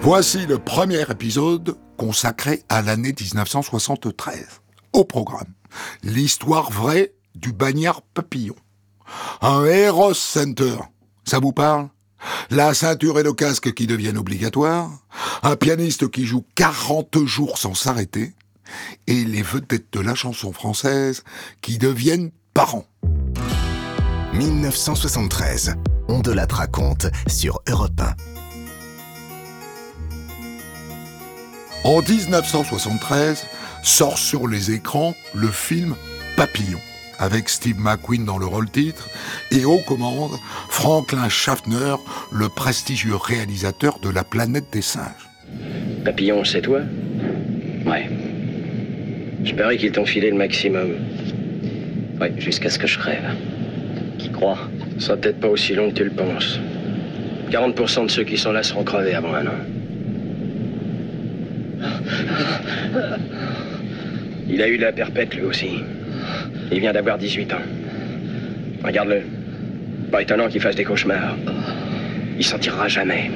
Voici le premier épisode consacré à l'année 1973. Au programme, l'histoire vraie du bagnard Papillon. Un Heroes Center, ça vous parle? La ceinture et le casque qui deviennent obligatoires, un pianiste qui joue 40 jours sans s'arrêter, et les vedettes de la chanson française qui deviennent parents. 1973, on de la raconte sur Europe 1. En 1973, sort sur les écrans le film Papillon, avec Steve McQueen dans le rôle-titre, et aux commandes, Franklin Schaffner, le prestigieux réalisateur de La planète des singes. Papillon, c'est toi? Ouais. Je parie qu'ils t'ont filé le maximum. Ouais, jusqu'à ce que je crève. Qui croit? Ça sera peut-être pas aussi long que tu le penses. 40% de ceux qui sont là seront crevés avant un an. Il a eu la perpète, lui aussi. Il vient d'avoir 18 ans. Regarde-le. Pas étonnant qu'il fasse des cauchemars. Il s'en tirera jamais.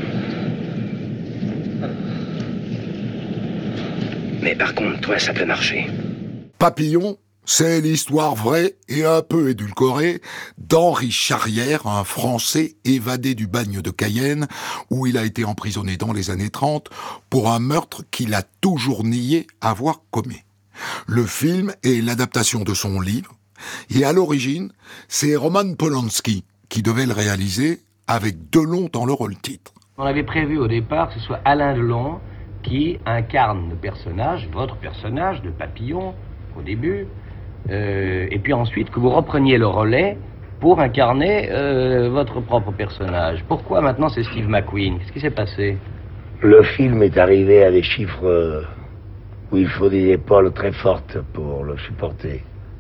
Mais par contre, toi, ça peut marcher. Papillon, c'est l'histoire vraie et un peu édulcorée d'Henri Charrière, un Français évadé du bagne de Cayenne, où il a été emprisonné dans les années 30 pour un meurtre qu'il a toujours nié avoir commis. Le film est l'adaptation de son livre, et à l'origine, c'est Roman Polanski qui devait le réaliser avec Delon dans le rôle-titre. On avait prévu au départ que ce soit Alain Delon qui incarne le personnage, votre personnage de Papillon, au début, et puis ensuite que vous repreniez le relais pour incarner votre propre personnage. Pourquoi maintenant c'est Steve McQueen? Qu'est-ce qui s'est passé? Le film est arrivé à des chiffres où il faut des épaules très fortes pour le supporter.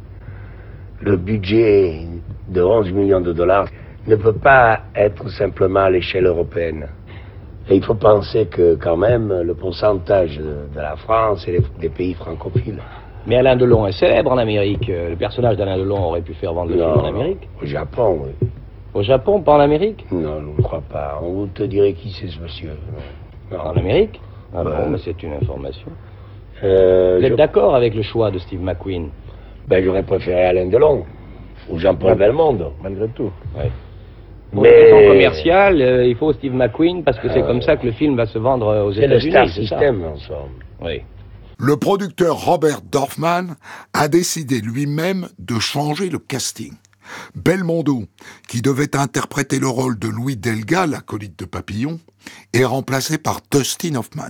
Le budget de 11 millions de dollars ne peut pas être simplement à l'échelle européenne. Et il faut penser que quand même le pourcentage de la France et des pays francophiles. Mais Alain Delon est célèbre en Amérique. Le personnage d'Alain Delon aurait pu faire vendre le film en Amérique. Au Japon, oui. Au Japon, pas en Amérique? Non, je ne crois pas. On te dirait qui c'est ce monsieur. Non. En Amérique? Ah bon, mais c'est une information. Vous êtes d'accord avec le choix de Steve McQueen? Ben, j'aurais préféré Alain Delon ou Jean-Paul Belmondo, malgré tout. Oui. Pour une raison commerciale, il faut Steve McQueen parce que c'est comme ça que le film va se vendre aux États-Unis. C'est le star system, en somme. Oui. Le producteur Robert Dorfman a décidé lui-même de changer le casting. Belmondo, qui devait interpréter le rôle de Louis Delga, l'acolyte de Papillon, est remplacé par Dustin Hoffman.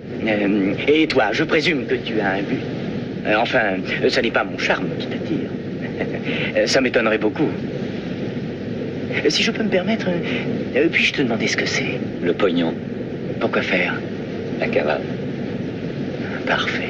Et toi, je présume que tu as un but. Enfin, ça n'est pas mon charme qui t'attire. Ça m'étonnerait beaucoup. Si je peux me permettre, puis-je te demander ce que c'est? Le pognon. Pourquoi faire? La cavale. Parfait.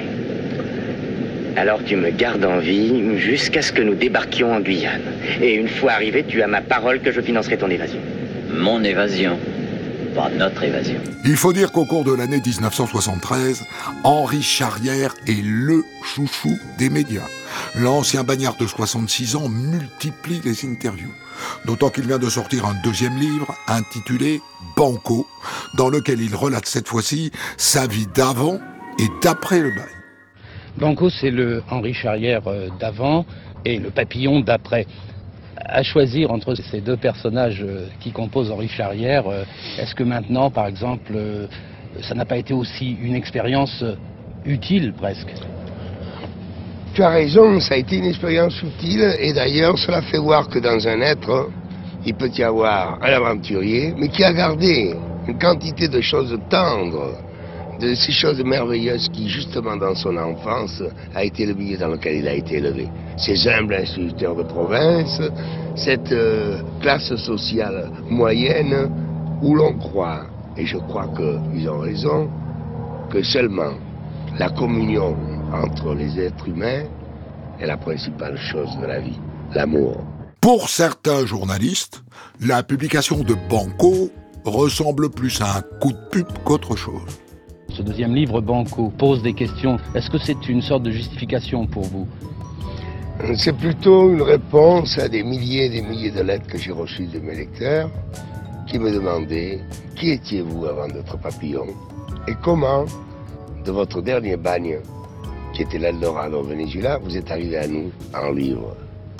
Alors tu me gardes en vie jusqu'à ce que nous débarquions en Guyane. Et une fois arrivé, tu as ma parole que je financerai ton évasion. Mon évasion. Pas notre évasion. Il faut dire qu'au cours de l'année 1973, Henri Charrière est le chouchou des médias. L'ancien bagnard de 66 ans multiplie les interviews. D'autant qu'il vient de sortir un deuxième livre intitulé Banco, dans lequel il relate cette fois-ci sa vie d'avant et d'après le bail. Banco, c'est le Henri Charrière d'avant et le Papillon d'après. À choisir entre ces deux personnages qui composent Henri Charrière, est-ce que maintenant, par exemple, ça n'a pas été aussi une expérience utile presque? Tu as raison, ça a été une expérience utile et d'ailleurs cela fait voir que dans un être, il peut y avoir un aventurier, mais qui a gardé une quantité de choses tendres, de ces choses merveilleuses qui, justement dans son enfance, a été le milieu dans lequel il a été élevé. Ces humbles instituteurs de province, cette classe sociale moyenne où l'on croit, et je crois qu'ils ont raison, que seulement la communion entre les êtres humains est la principale chose de la vie, l'amour. Pour certains journalistes, la publication de Banco ressemble plus à un coup de pub qu'autre chose. Ce deuxième livre, Banco, pose des questions. Est-ce que c'est une sorte de justification pour vous? C'est plutôt une réponse à des milliers et des milliers de lettres que j'ai reçues de mes lecteurs qui me demandaient qui étiez-vous avant d'être Papillon? Et comment, de votre dernier bagne, qui était l'Eldorado au Venezuela, vous êtes arrivé à nous en livre.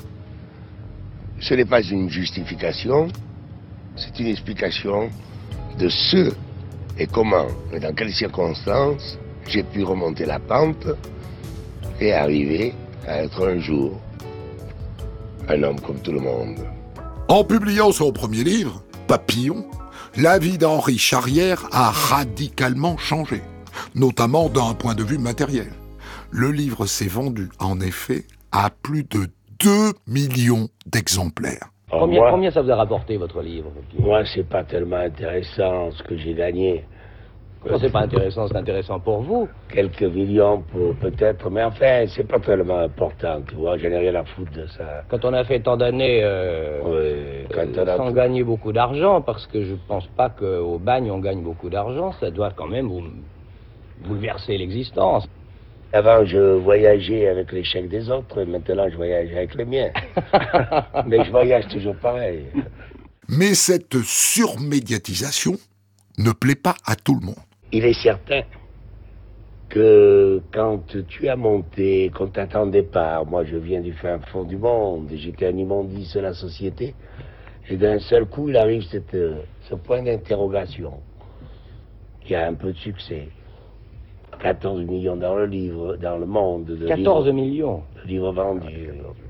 Ce n'est pas une justification, c'est une explication de ce et comment et dans quelles circonstances j'ai pu remonter la pente et arriver à être un jour un homme comme tout le monde. En publiant son premier livre, Papillon, la vie d'Henri Charrière a radicalement changé, notamment d'un point de vue matériel. Le livre s'est vendu, en effet, à plus de 2 millions d'exemplaires. Combien ça vous a rapporté, votre livre? Moi, c'est pas tellement intéressant ce que j'ai gagné. C'est pas intéressant, c'est intéressant pour vous. Quelques millions peut-être, mais enfin, c'est pas tellement important, tu vois, j'en ai rien à foutre de ça. Quand on a fait tant d'années sans gagner beaucoup d'argent, parce que je pense pas qu'au bagne on gagne beaucoup d'argent, ça doit quand même vous bouleverser l'existence. Avant, je voyageais avec les chèques des autres, et maintenant, je voyage avec les miens. Mais je voyage toujours pareil. Mais cette surmédiatisation ne plaît pas à tout le monde. Il est certain que quand tu as monté, qu'on t'attendait pas, moi je viens du fin fond du monde, j'étais un immondice de la société, et d'un seul coup, il arrive ce point d'interrogation, qui a un peu de succès. 14 millions dans le livre, dans le monde. 14 millions de livres vendus.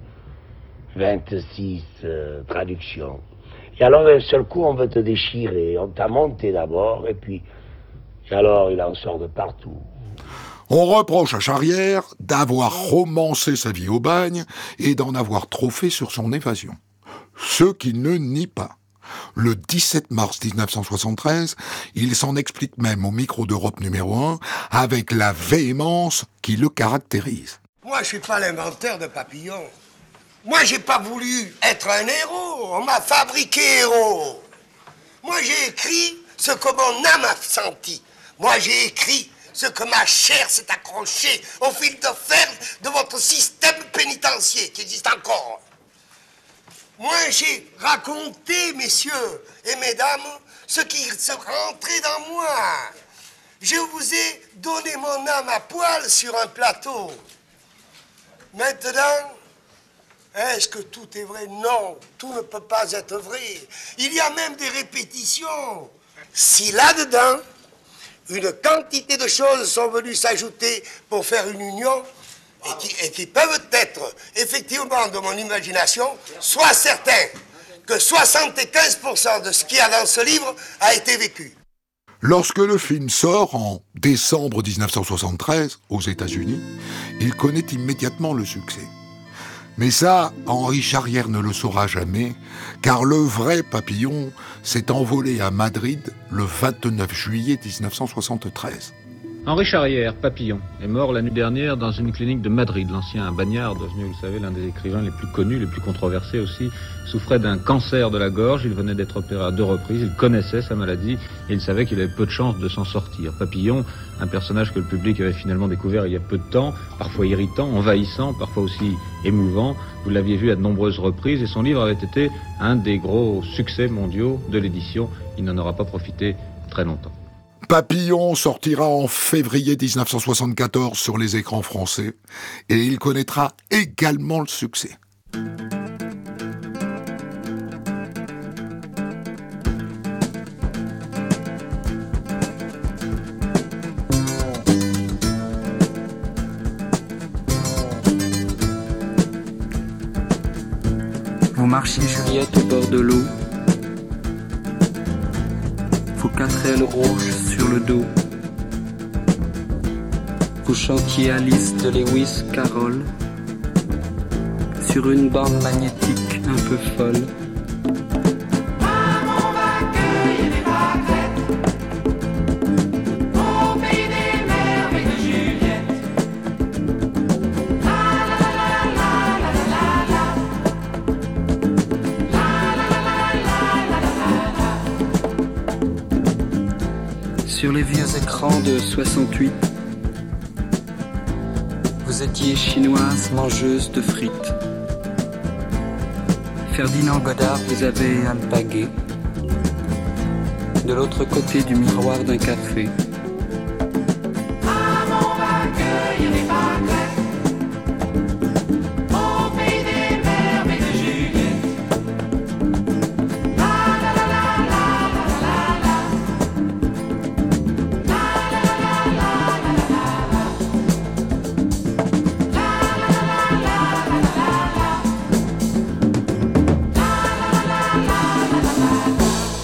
26 traductions. Et alors, d'un seul coup, on veut te déchirer. On t'a monté d'abord, et puis... alors, il en sort de partout. On reproche à Charrière d'avoir romancé sa vie au bagne et d'en avoir trop fait sur son évasion. Ce qu'il ne nie pas. Le 17 mars 1973, il s'en explique même au micro d'Europe numéro 1 avec la véhémence qui le caractérise. Moi, je suis pas l'inventeur de Papillon. Moi, j'ai pas voulu être un héros. On m'a fabriqué héros. Moi, j'ai écrit ce que mon âme a senti. Moi, j'ai écrit ce que ma chair s'est accrochée au fil de fer de votre système pénitentiaire qui existe encore. Moi, j'ai raconté, messieurs et mesdames, ce qui se rentrait dans moi. Je vous ai donné mon âme à poil sur un plateau. Maintenant, est-ce que tout est vrai? Non, tout ne peut pas être vrai. Il y a même des répétitions. Si là-dedans, une quantité de choses sont venues s'ajouter pour faire une union, et qui peuvent être effectivement de mon imagination, sois certain que 75% de ce qu'il y a dans ce livre a été vécu. Lorsque le film sort en décembre 1973 aux États-Unis, il connaît immédiatement le succès. Mais ça, Henri Charrière ne le saura jamais, car le vrai Papillon s'est envolé à Madrid le 29 juillet 1973. Henri Charrière, Papillon, est mort la nuit dernière dans une clinique de Madrid. L'ancien bagnard, devenu, vous le savez, l'un des écrivains les plus connus, les plus controversés aussi, souffrait d'un cancer de la gorge. Il venait d'être opéré à 2 reprises. Il connaissait sa maladie et il savait qu'il avait peu de chances de s'en sortir. Papillon, un personnage que le public avait finalement découvert il y a peu de temps, parfois irritant, envahissant, parfois aussi émouvant. Vous l'aviez vu à de nombreuses reprises et son livre avait été un des gros succès mondiaux de l'édition. Il n'en aura pas profité très longtemps. Papillon sortira en février 1974 sur les écrans français et il connaîtra également le succès. Vous marchiez Juliette au bord de l'eau, vos 4 ailes rouges sur le dos. Vous chantiez Alice de Lewis Carroll sur une bande magnétique un peu folle. Sur les vieux écrans de 68, vous étiez chinoise mangeuse de frites. Ferdinand Godard vous avait alpagué de l'autre côté du miroir d'un café.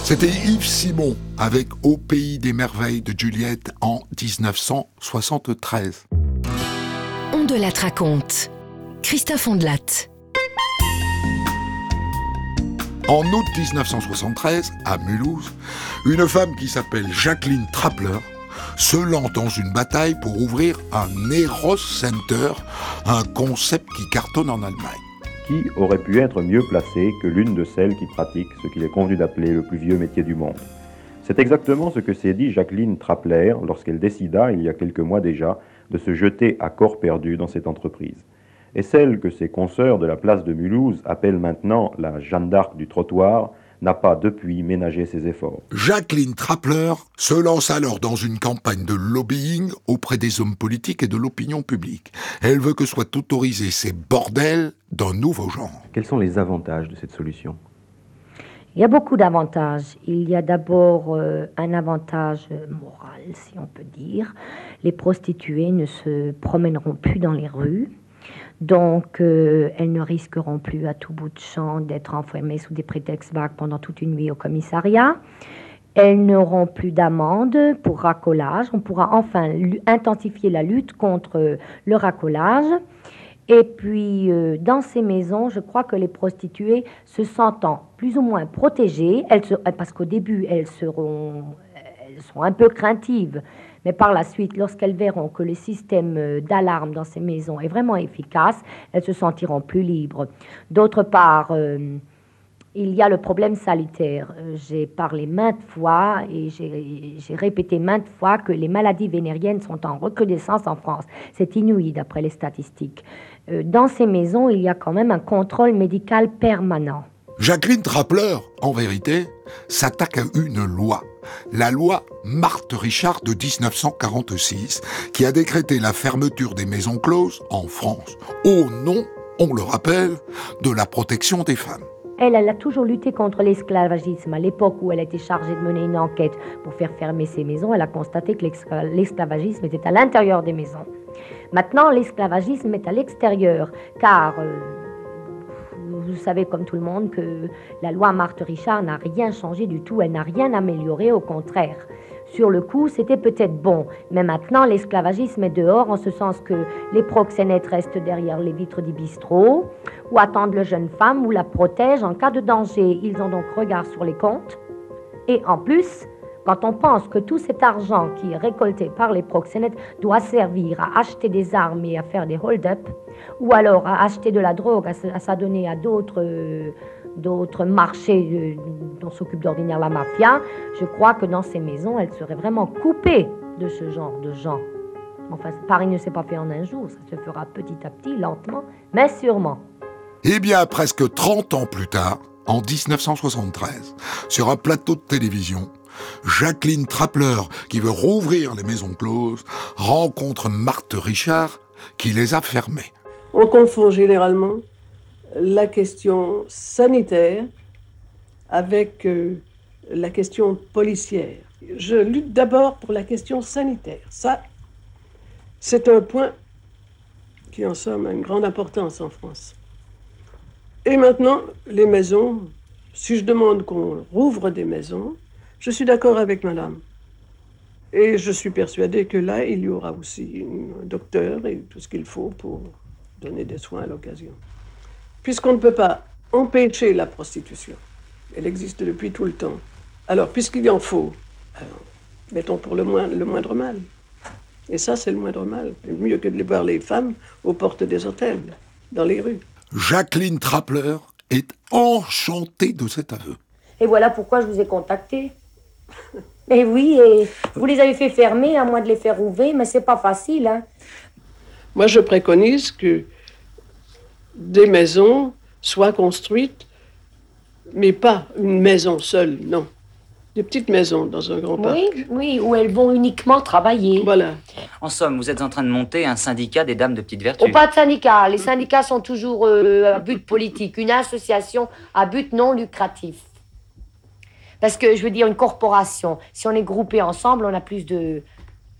C'était Yves Simon avec Au pays des merveilles de Juliette en 1973. On de la raconte. Christophe Ondelat. En août 1973, à Mulhouse, une femme qui s'appelle Jacqueline Trappler se lance dans une bataille pour ouvrir un Eros Center, un concept qui cartonne en Allemagne. Qui aurait pu être mieux placé que l'une de celles qui pratiquent ce qu'il est convenu d'appeler le plus vieux métier du monde? C'est exactement ce que s'est dit Jacqueline Trappler lorsqu'elle décida, il y a quelques mois déjà, de se jeter à corps perdu dans cette entreprise. Et celle que ses consoeurs de la place de Mulhouse appellent maintenant la Jeanne d'Arc du trottoir n'a pas depuis ménagé ses efforts. Jacqueline Trappler se lance alors dans une campagne de lobbying auprès des hommes politiques et de l'opinion publique. Elle veut que soient autorisés ces bordels d'un nouveau genre. Quels sont les avantages de cette solution ? Il y a beaucoup d'avantages. Il y a d'abord un avantage moral, si on peut dire. Les prostituées ne se promèneront plus dans les rues. Donc, elles ne risqueront plus à tout bout de champ d'être enfermées sous des prétextes vagues pendant toute une nuit au commissariat. Elles n'auront plus d'amende pour racolage. On pourra enfin intensifier la lutte contre le racolage. Et puis, dans ces maisons, je crois que les prostituées se sentant plus ou moins protégées, parce qu'au début, elles seront un peu craintives, mais par la suite, lorsqu'elles verront que le système d'alarme dans ces maisons est vraiment efficace, elles se sentiront plus libres. D'autre part, il y a le problème sanitaire. J'ai parlé maintes fois et j'ai répété maintes fois que les maladies vénériennes sont en recrudescence en France. C'est inouï d'après les statistiques. Dans ces maisons, il y a quand même un contrôle médical permanent. Jacqueline Trappler, en vérité, s'attaque à une loi. La loi Marthe Richard de 1946, qui a décrété la fermeture des maisons closes en France, au nom, on le rappelle, de la protection des femmes. Elle a toujours lutté contre l'esclavagisme. À l'époque où elle a été chargée de mener une enquête pour faire fermer ces maisons, elle a constaté que l'esclavagisme était à l'intérieur des maisons. Maintenant, l'esclavagisme est à l'extérieur, car vous savez comme tout le monde que la loi Marthe Richard n'a rien changé du tout, elle n'a rien amélioré, au contraire. Sur le coup, c'était peut-être bon, mais maintenant, l'esclavagisme est dehors, en ce sens que les proxénètes restent derrière les vitres du bistrot, ou attendent la jeune femme, ou la protègent en cas de danger. Ils ont donc regard sur les comptes. Et en plus, quand on pense que tout cet argent qui est récolté par les proxénètes doit servir à acheter des armes et à faire des hold-up, ou alors à acheter de la drogue, à s'adonner à d'autres marchés dont s'occupe d'ordinaire la mafia, je crois que dans ces maisons, elles seraient vraiment coupées de ce genre de gens. Enfin, Paris ne s'est pas fait en un jour, ça se fera petit à petit, lentement, mais sûrement. Eh bien, presque 30 ans plus tard, en 1973, sur un plateau de télévision, Jacqueline Trappler, qui veut rouvrir les maisons closes, rencontre Marthe Richard, qui les a fermées. On confond généralement la question sanitaire avec la question policière. Je lutte d'abord pour la question sanitaire. Ça, c'est un point qui, en somme, a une grande importance en France. Et maintenant, les maisons, si je demande qu'on rouvre des maisons, je suis d'accord avec madame. Et je suis persuadé que là, il y aura aussi un docteur et tout ce qu'il faut pour donner des soins à l'occasion. Puisqu'on ne peut pas empêcher la prostitution, elle existe depuis tout le temps. Alors, puisqu'il en faut, mettons pour le moindre mal. Et ça, c'est le moindre mal. C'est mieux que de voir les femmes aux portes des hôtels, dans les rues. Jacqueline Trappler est enchantée de cet aveu. Et voilà pourquoi je vous ai contacté. Et oui, et vous les avez fait fermer, à moins de les faire ouvrir, mais c'est pas facile, hein. Moi, je préconise que des maisons soient construites, mais pas une maison seule, non. Des petites maisons dans un grand parc. Oui, où elles vont uniquement travailler. Voilà. En somme, vous êtes en train de monter un syndicat des dames de petite vertu. Oh, pas de syndicat. Les syndicats sont toujours à but politique. Une association à but non lucratif. Parce que, je veux dire, une corporation, si on est groupé ensemble, on a plus de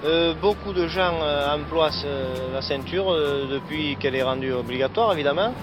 Beaucoup de gens emploient la ceinture depuis qu'elle est rendue obligatoire, évidemment.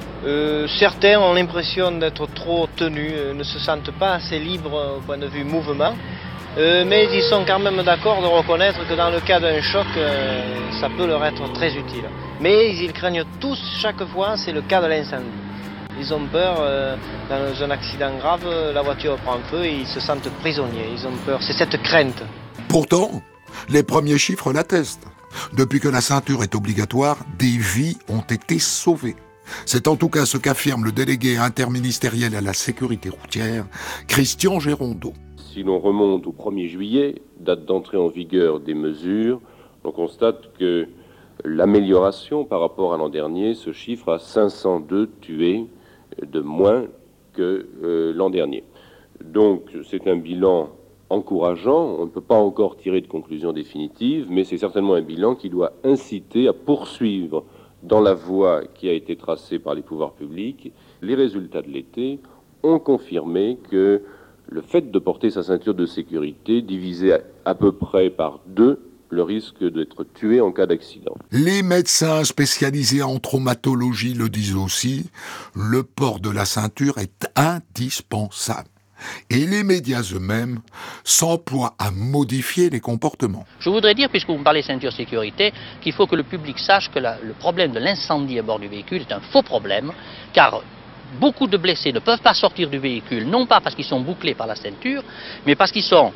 Certains ont l'impression d'être trop tenus, ne se sentent pas assez libres au point de vue mouvement. Mais ils sont quand même d'accord de reconnaître que dans le cas d'un choc, ça peut leur être très utile. Mais ils craignent tous, chaque fois, c'est le cas de l'incendie. Ils ont peur, dans un accident grave, la voiture prend feu et ils se sentent prisonniers. Ils ont peur, c'est cette crainte. Pourtant, les premiers chiffres l'attestent. Depuis que la ceinture est obligatoire, des vies ont été sauvées. C'est en tout cas ce qu'affirme le délégué interministériel à la sécurité routière, Christian Gérondeau. Si l'on remonte au 1er juillet, date d'entrée en vigueur des mesures, on constate que l'amélioration par rapport à l'an dernier se chiffre à 502 tués de moins que l'an dernier. Donc c'est un bilan encourageant, on ne peut pas encore tirer de conclusion définitive, mais c'est certainement un bilan qui doit inciter à poursuivre dans la voie qui a été tracée par les pouvoirs publics. Les résultats de l'été ont confirmé que le fait de porter sa ceinture de sécurité divisait à peu près par 2 le risque d'être tué en cas d'accident. Les médecins spécialisés en traumatologie le disent aussi, le port de la ceinture est indispensable. Et les médias eux-mêmes s'emploient à modifier les comportements. Je voudrais dire, puisque vous me parlez de ceinture sécurité, qu'il faut que le public sache que le problème de l'incendie à bord du véhicule est un faux problème, car beaucoup de blessés ne peuvent pas sortir du véhicule, non pas parce qu'ils sont bouclés par la ceinture, mais parce qu'ils sont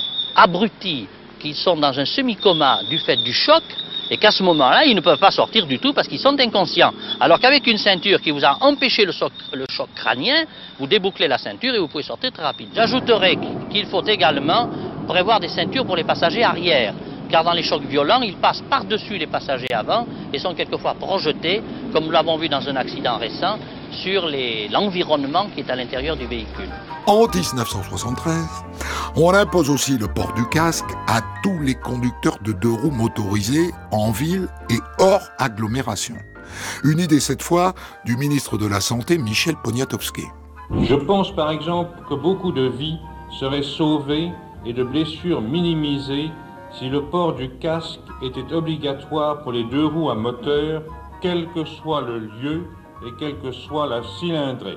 abrutis, qu'ils sont dans un semi-coma du fait du choc, et qu'à ce moment-là, ils ne peuvent pas sortir du tout parce qu'ils sont inconscients. Alors qu'avec une ceinture qui vous a empêché le choc crânien, vous débouclez la ceinture et vous pouvez sortir très rapidement. J'ajouterai qu'il faut également prévoir des ceintures pour les passagers arrière, car dans les chocs violents, ils passent par-dessus les passagers avant et sont quelquefois projetés, comme nous l'avons vu dans un accident récent, sur l'environnement qui est à l'intérieur du véhicule. En 1973, on impose aussi le port du casque à tous les conducteurs de 2 roues motorisés en ville et hors agglomération. Une idée cette fois du ministre de la Santé, Michel Poniatowski. Je pense par exemple que beaucoup de vies seraient sauvées et de blessures minimisées si le port du casque était obligatoire pour les 2 roues à moteur, quel que soit le lieu et quelle que soit la cylindrée,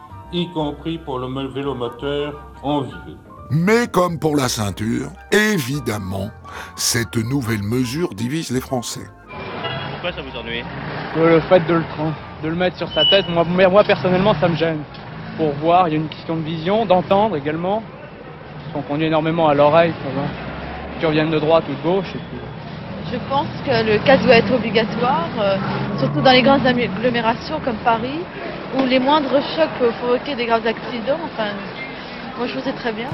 y compris pour le vélomoteur en ville. Mais comme pour la ceinture, évidemment, cette nouvelle mesure divise les Français. Pourquoi ça vous ennuie? Le fait de le mettre sur sa tête, moi personnellement ça me gêne. Pour voir, il y a une question de vision, d'entendre également. Parce qu'on conduit énormément à l'oreille, qui reviennent de droite ou de gauche. Et puis... Je pense que le casque doit être obligatoire, surtout dans les grandes agglomérations comme Paris, où les moindres chocs peuvent provoquer des graves accidents. Enfin, moi je trouve que c'est très bien.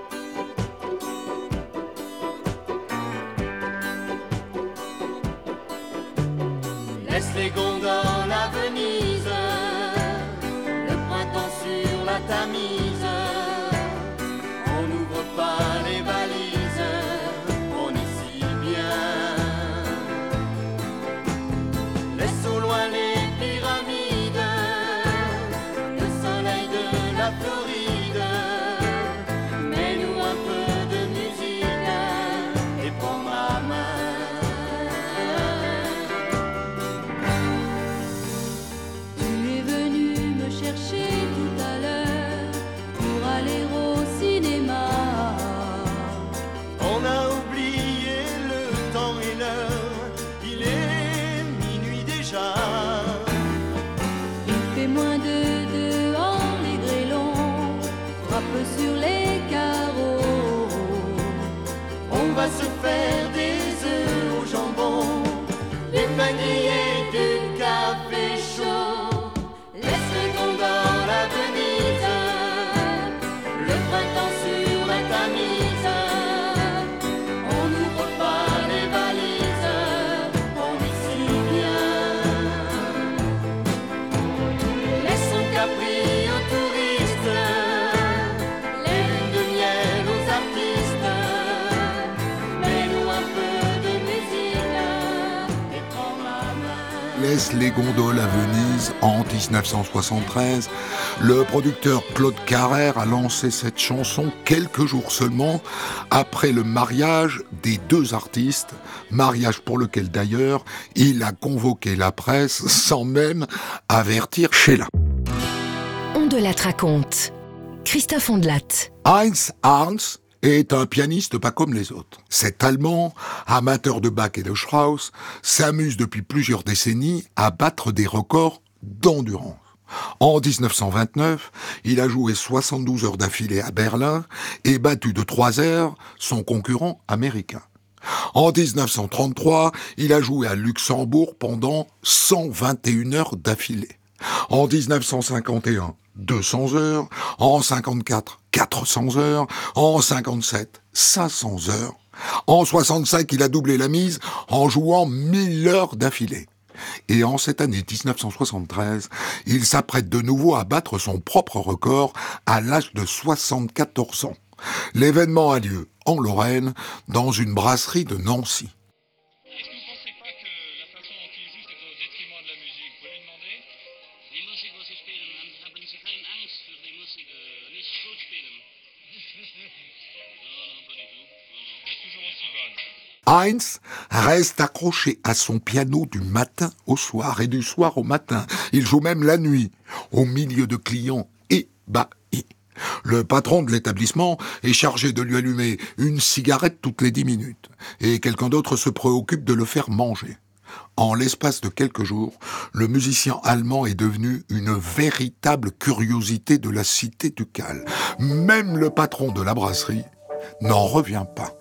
Laisse les gondoles à Venise, le printemps sur la Tamise. On n'ouvre pas les valises, on est si bien. Laisse au loin les pyramides, le soleil de la Floride. Mets-nous un peu de musique et prends ma main. Tout à l'heure pour aller au cinéma. On a oublié le temps et l'heure, il est minuit déjà. Il fait moins de dehors, les grêlons frappent sur les carreaux. On va se faire des œufs au jambon, des pains grillés, du café chaud. Dans la Venise, le printemps sur la Tamise. On n'ouvre pas les valises, on est si bien. Laissons Capri aux touristes, les lunes de miel aux artistes. Mets-nous un peu de musique et prends ma main. cessent les gondoles à Venise en 1973. Le producteur Claude Carrère a lancé cette chanson quelques jours seulement après le mariage des deux artistes, mariage pour lequel d'ailleurs il a convoqué la presse sans même avertir Sheila. On de la raconte. Christophe Ondelat. Heinz Arndt est un pianiste pas comme les autres. Cet Allemand, amateur de Bach et de Strauss, s'amuse depuis plusieurs décennies à battre des records d'endurance. En 1929, il a joué 72 heures d'affilée à Berlin et battu de 3 heures son concurrent américain. En 1933, il a joué à Luxembourg pendant 121 heures d'affilée. En 1951, 200 heures, en 54, 400 heures, en 57, 500 heures. En 65, il a doublé la mise en jouant 1000 heures d'affilée. Et en cette année 1973, il s'apprête de nouveau à battre son propre record à l'âge de 74 ans. L'événement a lieu en Lorraine, dans une brasserie de Nancy. Heinz reste accroché à son piano du matin au soir et du soir au matin. Il joue même la nuit, au milieu de clients ébahis. Le patron de l'établissement est chargé de lui allumer une cigarette toutes les 10 minutes et quelqu'un d'autre se préoccupe de le faire manger. En l'espace de quelques jours, le musicien allemand est devenu une véritable curiosité de la cité ducale. Même le patron de la brasserie n'en revient pas.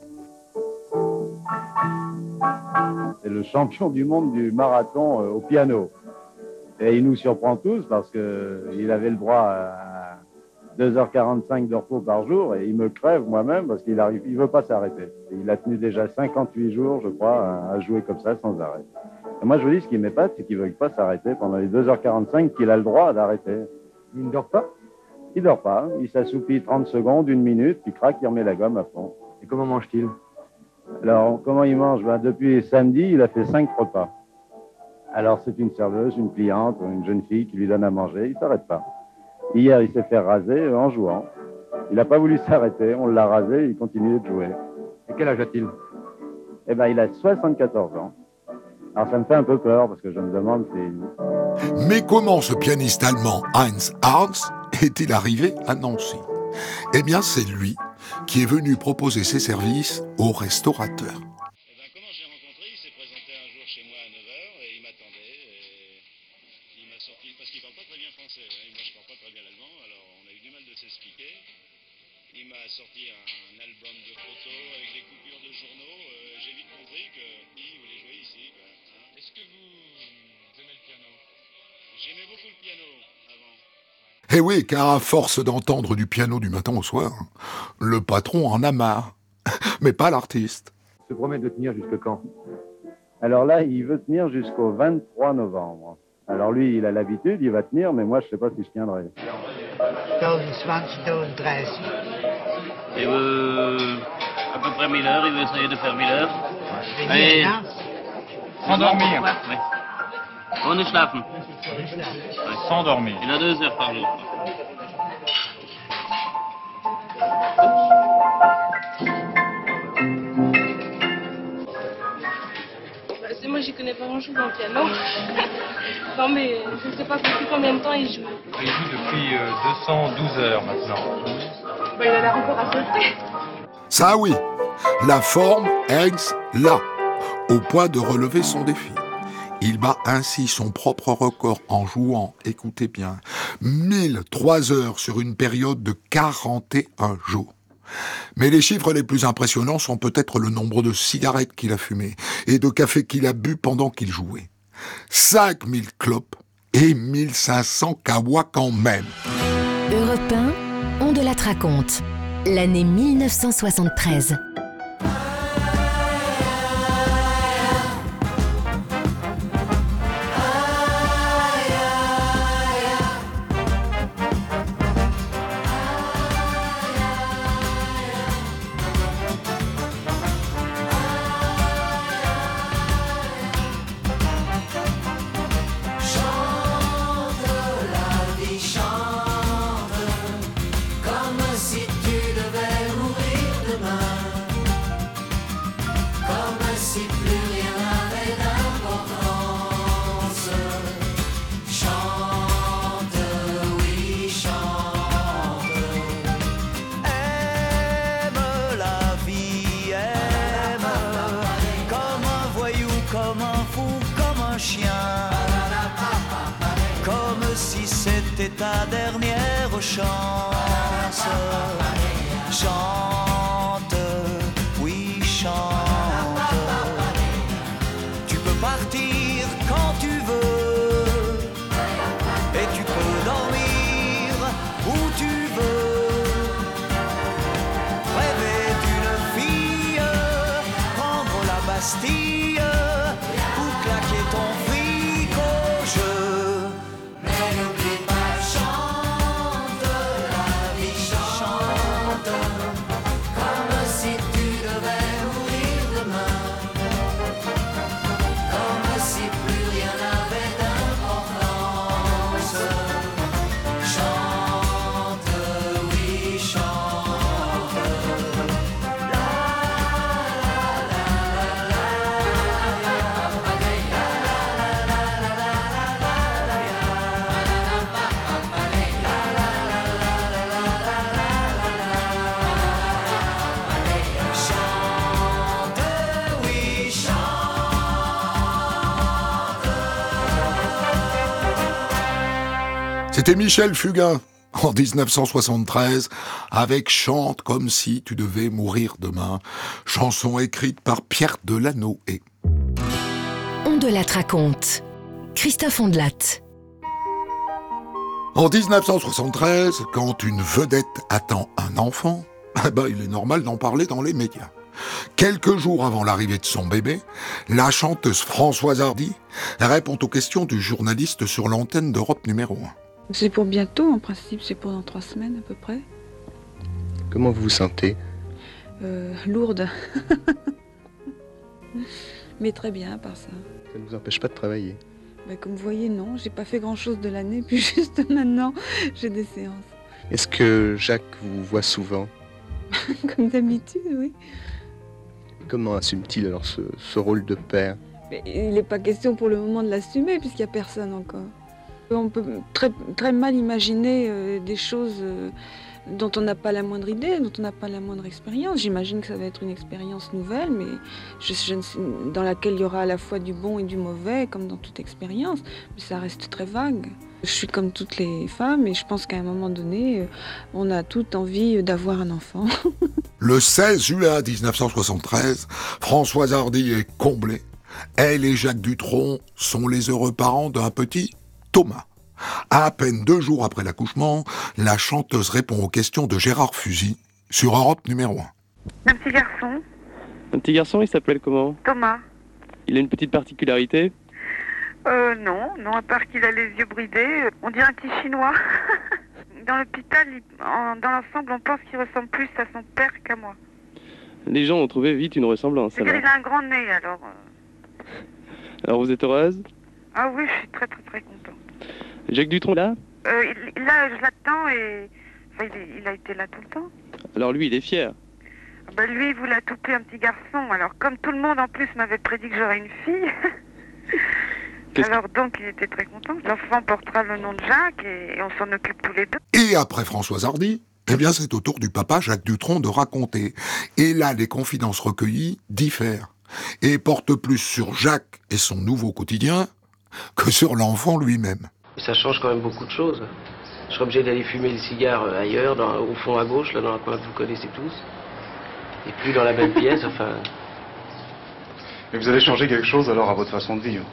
C'est le champion du monde du marathon au piano. Et il nous surprend tous parce qu'il avait le droit à 2h45 de repos par jour et il me crève moi-même parce qu'il veut pas s'arrêter. Et il a tenu déjà 58 jours, je crois, à jouer comme ça sans arrêt. Et moi, je vous dis, ce qui m'épate, c'est qu'il ne veut pas s'arrêter pendant les 2h45 qu'il a le droit d'arrêter. Il ne dort pas? Il dort pas. Il s'assoupit 30 secondes, 1 minute, puis crac, il remet la gomme à fond. Et comment mange-t-il? Alors, comment il mange? Depuis samedi, il a fait 5 repas. Alors, c'est une serveuse, une cliente, une jeune fille qui lui donne à manger. Il ne s'arrête pas. Hier, il s'est fait raser en jouant. Il n'a pas voulu s'arrêter. On l'a rasé, il continue de jouer. Et quel âge a-t-il? Eh bien, il a 74 ans. Alors, ça me fait un peu peur parce que je me demande si... Mais comment ce pianiste allemand Heinz Arndt est-il arrivé à Nancy? Eh bien, c'est lui qui est venu proposer ses services aux restaurateurs. Comment j'ai rencontré, il s'est présenté un jour chez moi à 9h et il m'attendait et il m'a sorti, parce qu'il parle pas très bien français, hein, moi je parle pas très bien l'allemand, alors on a eu du mal de s'expliquer. Il m'a sorti un album de photos avec des coupures de journaux, j'ai vite compris qu'il voulait jouer ici. Hein. Est-ce que vous aimez le piano? J'aimais beaucoup le piano avant. Eh oui, car à force d'entendre du piano du matin au soir, le patron en a marre. Mais pas l'artiste. Il se promet de tenir jusque quand? Alors là, il veut tenir jusqu'au 23 novembre. Alors lui, il a l'habitude, il va tenir, mais moi, je ne sais pas si je tiendrai. 12, 13. Il veut à peu près 1000 heures, il veut essayer de faire 1000 heures. Et s'endormir. Oui. Ohne schlafen. S'endormir. Il a 2 heures par jour. Moi, j'y connais pas grand-chose dans le piano. Non, mais je ne sais pas depuis combien de temps il joue. Il joue depuis 212 heures maintenant. Il a l'air encore à sauter. Ça oui, la forme Heinz là, au point de relever son défi. Il bat ainsi son propre record en jouant, écoutez bien, 1003 heures sur une période de 41 jours. Mais les chiffres les plus impressionnants sont peut-être le nombre de cigarettes qu'il a fumées et de café qu'il a bu pendant qu'il jouait. 5000 clopes et 1500 kawa quand même. Europe 1, on de la raconte. L'année 1973. c'était ta dernière chance. Chante, oui chante. Tu peux partir quand tu veux et tu peux dormir où tu veux. Rêver d'une fille, prendre la Bastille ou claquer ton fric au jeu. Mais n'oublie pas, chante, la vie chante, comme si tu devais mourir demain, comme si plus rien n'avait d'importance. Chante, oui chante. C'était Michel Fugain, en 1973, avec Chante comme si tu devais mourir demain, chanson écrite par Pierre Delano et... Ondelat raconte. Christophe Ondelat. En 1973, quand une vedette attend un enfant, il est normal d'en parler dans les médias. Quelques jours avant l'arrivée de son bébé, la chanteuse Françoise Hardy répond aux questions du journaliste sur l'antenne d'Europe numéro 1. C'est pour bientôt, en principe, c'est pour dans 3 semaines à peu près. Comment vous vous sentez? Lourde. Mais très bien, à part ça. Ça ne vous empêche pas de travailler? Comme vous voyez, non, j'ai pas fait grand-chose de l'année, puis juste maintenant, j'ai des séances. Est-ce que Jacques vous voit souvent? Comme d'habitude, oui. Comment assume-t-il alors ce rôle de père? Mais il n'est pas question pour le moment de l'assumer, puisqu'il n'y a personne encore. On peut très, très mal imaginer des choses dont on n'a pas la moindre idée, dont on n'a pas la moindre expérience. J'imagine que ça va être une expérience nouvelle, mais dans laquelle il y aura à la fois du bon et du mauvais, comme dans toute expérience. Mais ça reste très vague. Je suis comme toutes les femmes et je pense qu'à un moment donné, on a toute envie d'avoir un enfant. Le 16 juin 1973, Françoise Hardy est comblée. Elle et Jacques Dutronc sont les heureux parents d'un petit Thomas. À peine 2 jours après l'accouchement, la chanteuse répond aux questions de Gérard Fusy sur Europe numéro 1. Un petit garçon. Un petit garçon, il s'appelle comment? Thomas. Il a une petite particularité? Non, à part qu'il a les yeux bridés, on dirait un petit chinois. Dans l'hôpital, dans l'ensemble, on pense qu'il ressemble plus à son père qu'à moi. Les gens ont trouvé vite une ressemblance. C'est-à-dire qu'il a un grand nez, alors. Alors vous êtes heureuse? Ah oui, je suis très très très contente. Jacques Dutronc, là? Là, je l'attends et... Enfin, il a été là tout le temps. Alors lui, il est fier. Lui, il voulait adopter un petit garçon. Alors, comme tout le monde, en plus, m'avait prédit que j'aurais une fille... Alors donc il était très content. L'enfant portera le nom de Jacques et on s'en occupe tous les deux. Et après Françoise Hardy, c'est au tour du papa Jacques Dutronc de raconter. Et là, les confidences recueillies diffèrent et portent plus sur Jacques et son nouveau quotidien que sur l'enfant lui-même. Ça change quand même beaucoup de choses. Je serais obligé d'aller fumer le cigare ailleurs, au fond à gauche, là dans la coin que vous connaissez tous. Et plus dans la même pièce, enfin... Mais vous allez changer quelque chose alors à votre façon de vivre?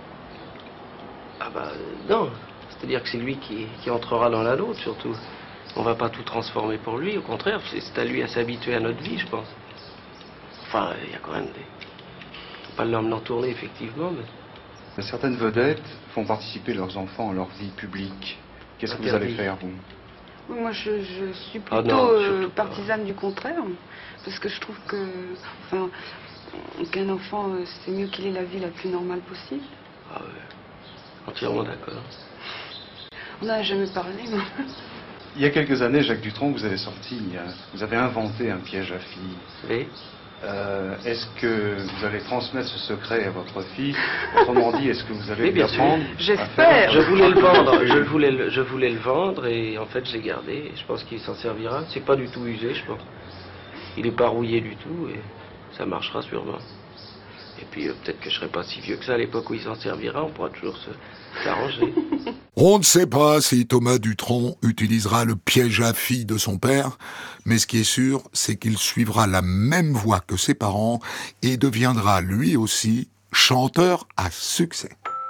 Non, c'est-à-dire que c'est lui qui entrera dans la nôtre surtout. On va pas tout transformer pour lui, au contraire, c'est à lui à s'habituer à notre vie, je pense. Enfin, il y a quand même des... Faut pas l'emmener tourner, effectivement, mais... Certaines vedettes font participer leurs enfants à leur vie publique. Qu'est-ce que vous allez faire, vous? Oui, moi, je suis plutôt partisane du contraire, parce que je trouve que... Enfin, qu'un enfant, c'est mieux qu'il ait la vie la plus normale possible. Ah ouais. Entièrement d'accord. On n'a jamais parlé, mais... Il y a quelques années, Jacques Dutronc, vous avez sorti, vous avez inventé un piège à filles. Oui. Est-ce que vous allez transmettre ce secret à votre fille? Autrement dit, est-ce que vous allez lui apprendre? J'espère. Je voulais le vendre, je voulais le vendre et en fait je l'ai gardé. Je pense qu'il s'en servira. C'est pas du tout usé, je pense. Il est pas rouillé du tout et ça marchera sûrement. Et puis peut-être que je serai pas si vieux que ça à l'époque où il s'en servira, on pourra toujours s'arranger. On ne sait pas si Thomas Dutronc utilisera le piège à filles de son père, mais ce qui est sûr, c'est qu'il suivra la même voie que ses parents et deviendra lui aussi chanteur à succès.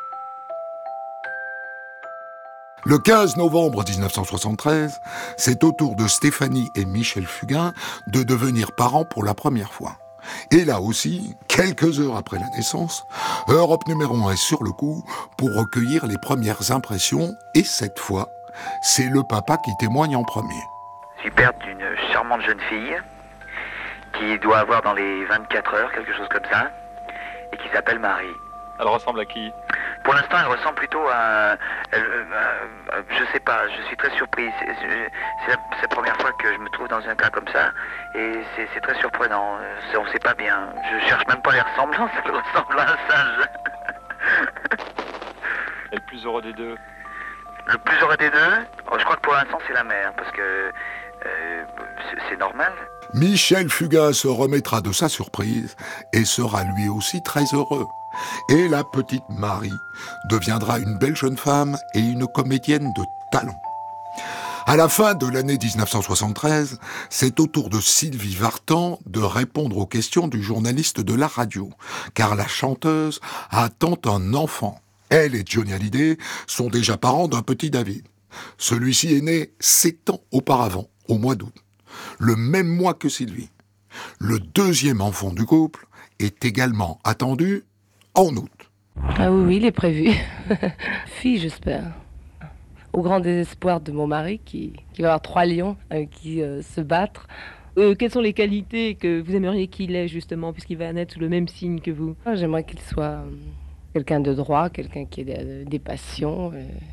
Le 15 novembre 1973, c'est au tour de Stéphanie et Michel Fugain de devenir parents pour la première fois. Et là aussi, quelques heures après la naissance, Europe numéro 1 est sur le coup pour recueillir les premières impressions. Et cette fois, c'est le papa qui témoigne en premier. Je suis père d'une charmante jeune fille qui doit avoir dans les 24 heures, quelque chose comme ça, et qui s'appelle Marie. Elle ressemble à qui? Pour l'instant, elle ressemble plutôt à... je sais pas, je suis très surpris. C'est la première fois que je me trouve dans un cas comme ça. Et c'est très surprenant. On sait pas bien. Je cherche même pas les ressemblances. Elle ressemble à un singe. Et le plus heureux des deux? Le plus heureux des deux? Je crois que pour l'instant, c'est la mère. Parce que c'est normal. Michel Fugain se remettra de sa surprise et sera lui aussi très heureux. Et la petite Marie deviendra une belle jeune femme et une comédienne de talent. À la fin de l'année 1973, c'est au tour de Sylvie Vartan de répondre aux questions du journaliste de la radio, car la chanteuse attend un enfant. Elle et Johnny Hallyday sont déjà parents d'un petit David. Celui-ci est né 7 ans auparavant, au mois d'août, le même mois que Sylvie. Le deuxième enfant du couple est également attendu en août. Ah oui, il est prévu. Fille, j'espère. Au grand désespoir de mon mari, qui va avoir 3 lions avec qui se battre. Quelles sont les qualités que vous aimeriez qu'il ait, justement, puisqu'il va naître sous le même signe que vous? J'aimerais qu'il soit quelqu'un de droit, quelqu'un qui ait des passions,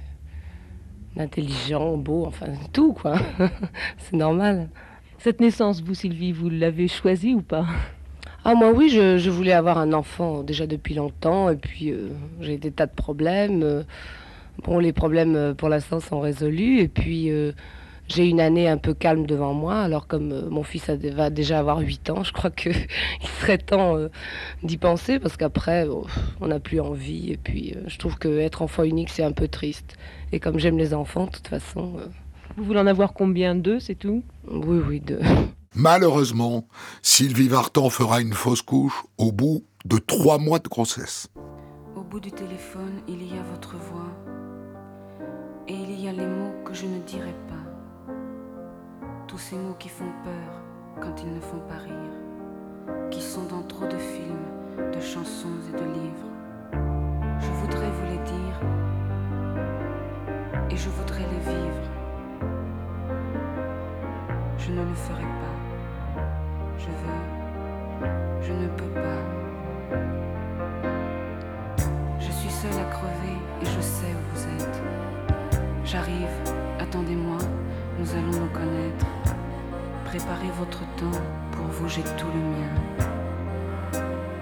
intelligent, beau, enfin tout, quoi. C'est normal. Cette naissance, vous, Sylvie, vous l'avez choisie ou pas? Ah moi oui, je voulais avoir un enfant déjà depuis longtemps, et puis j'ai des tas de problèmes. Bon, les problèmes pour l'instant sont résolus, et puis j'ai une année un peu calme devant moi, alors comme mon fils va déjà avoir 8 ans, je crois qu'il serait temps d'y penser, parce qu'après, on n'a plus envie, et puis je trouve qu'être enfant unique, c'est un peu triste. Et comme j'aime les enfants, de toute façon... Vous voulez en avoir combien? 2, c'est tout? Oui, 2. Malheureusement, Sylvie Vartan fera une fausse couche au bout de 3 mois de grossesse. Au bout du téléphone, il y a votre voix. Et il y a les mots que je ne dirai pas. Tous ces mots qui font peur quand ils ne font pas rire. Qui sont dans trop de films, de chansons et de livres. Je voudrais vous les dire. Et je voudrais les vivre. Je ne le ferai pas. Je veux, je ne peux pas. Je suis seule à crever et je sais où vous êtes. J'arrive, attendez-moi, nous allons nous connaître. Préparez votre temps, pour vous j'ai tout le mien.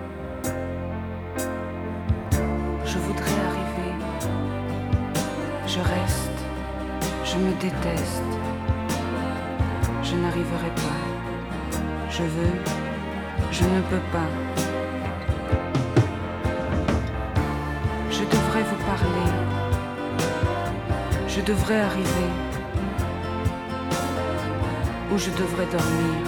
Je voudrais arriver, je reste, je me déteste. Je n'arriverai pas. Je veux, je ne peux pas. Je devrais vous parler. Je devrais arriver. Ou je devrais dormir.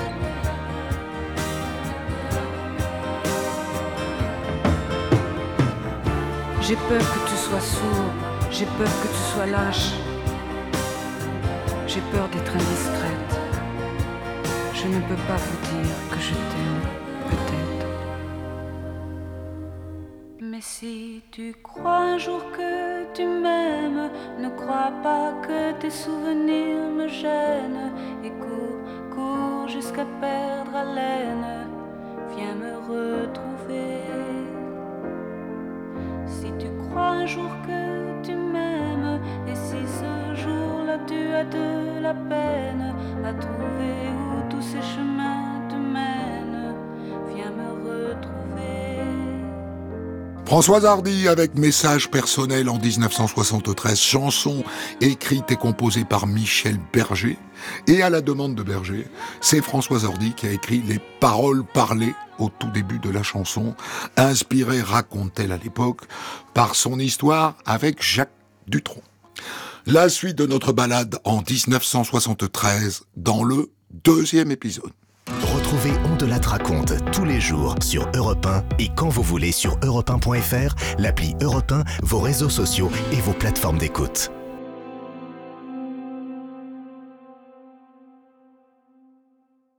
J'ai peur que tu sois sourd. J'ai peur que tu sois lâche. J'ai peur d'être indiscrète. Je ne peux pas vous dire que je t'aime, peut-être. Mais si tu crois un jour que tu m'aimes, ne crois pas que tes souvenirs me gênent. Et cours jusqu'à perdre haleine, viens me retrouver. Si tu crois un jour que tu m'aimes, et si ce jour-là tu as de la peine à trouver où tous ces chemins te mènent, viens me retrouver. Françoise Hardy avec Message personnel en 1973, chanson écrite et composée par Michel Berger. Et à la demande de Berger, c'est Françoise Hardy qui a écrit les paroles parlées au tout début de la chanson, inspirée, raconte-t-elle à l'époque, par son histoire avec Jacques Dutronc. La suite de notre balade en 1973 dans le 2e épisode. Retrouvez On de la raconte tous les jours sur Europe 1 et quand vous voulez sur europe1.fr, l'appli Europe 1, vos réseaux sociaux et vos plateformes d'écoute.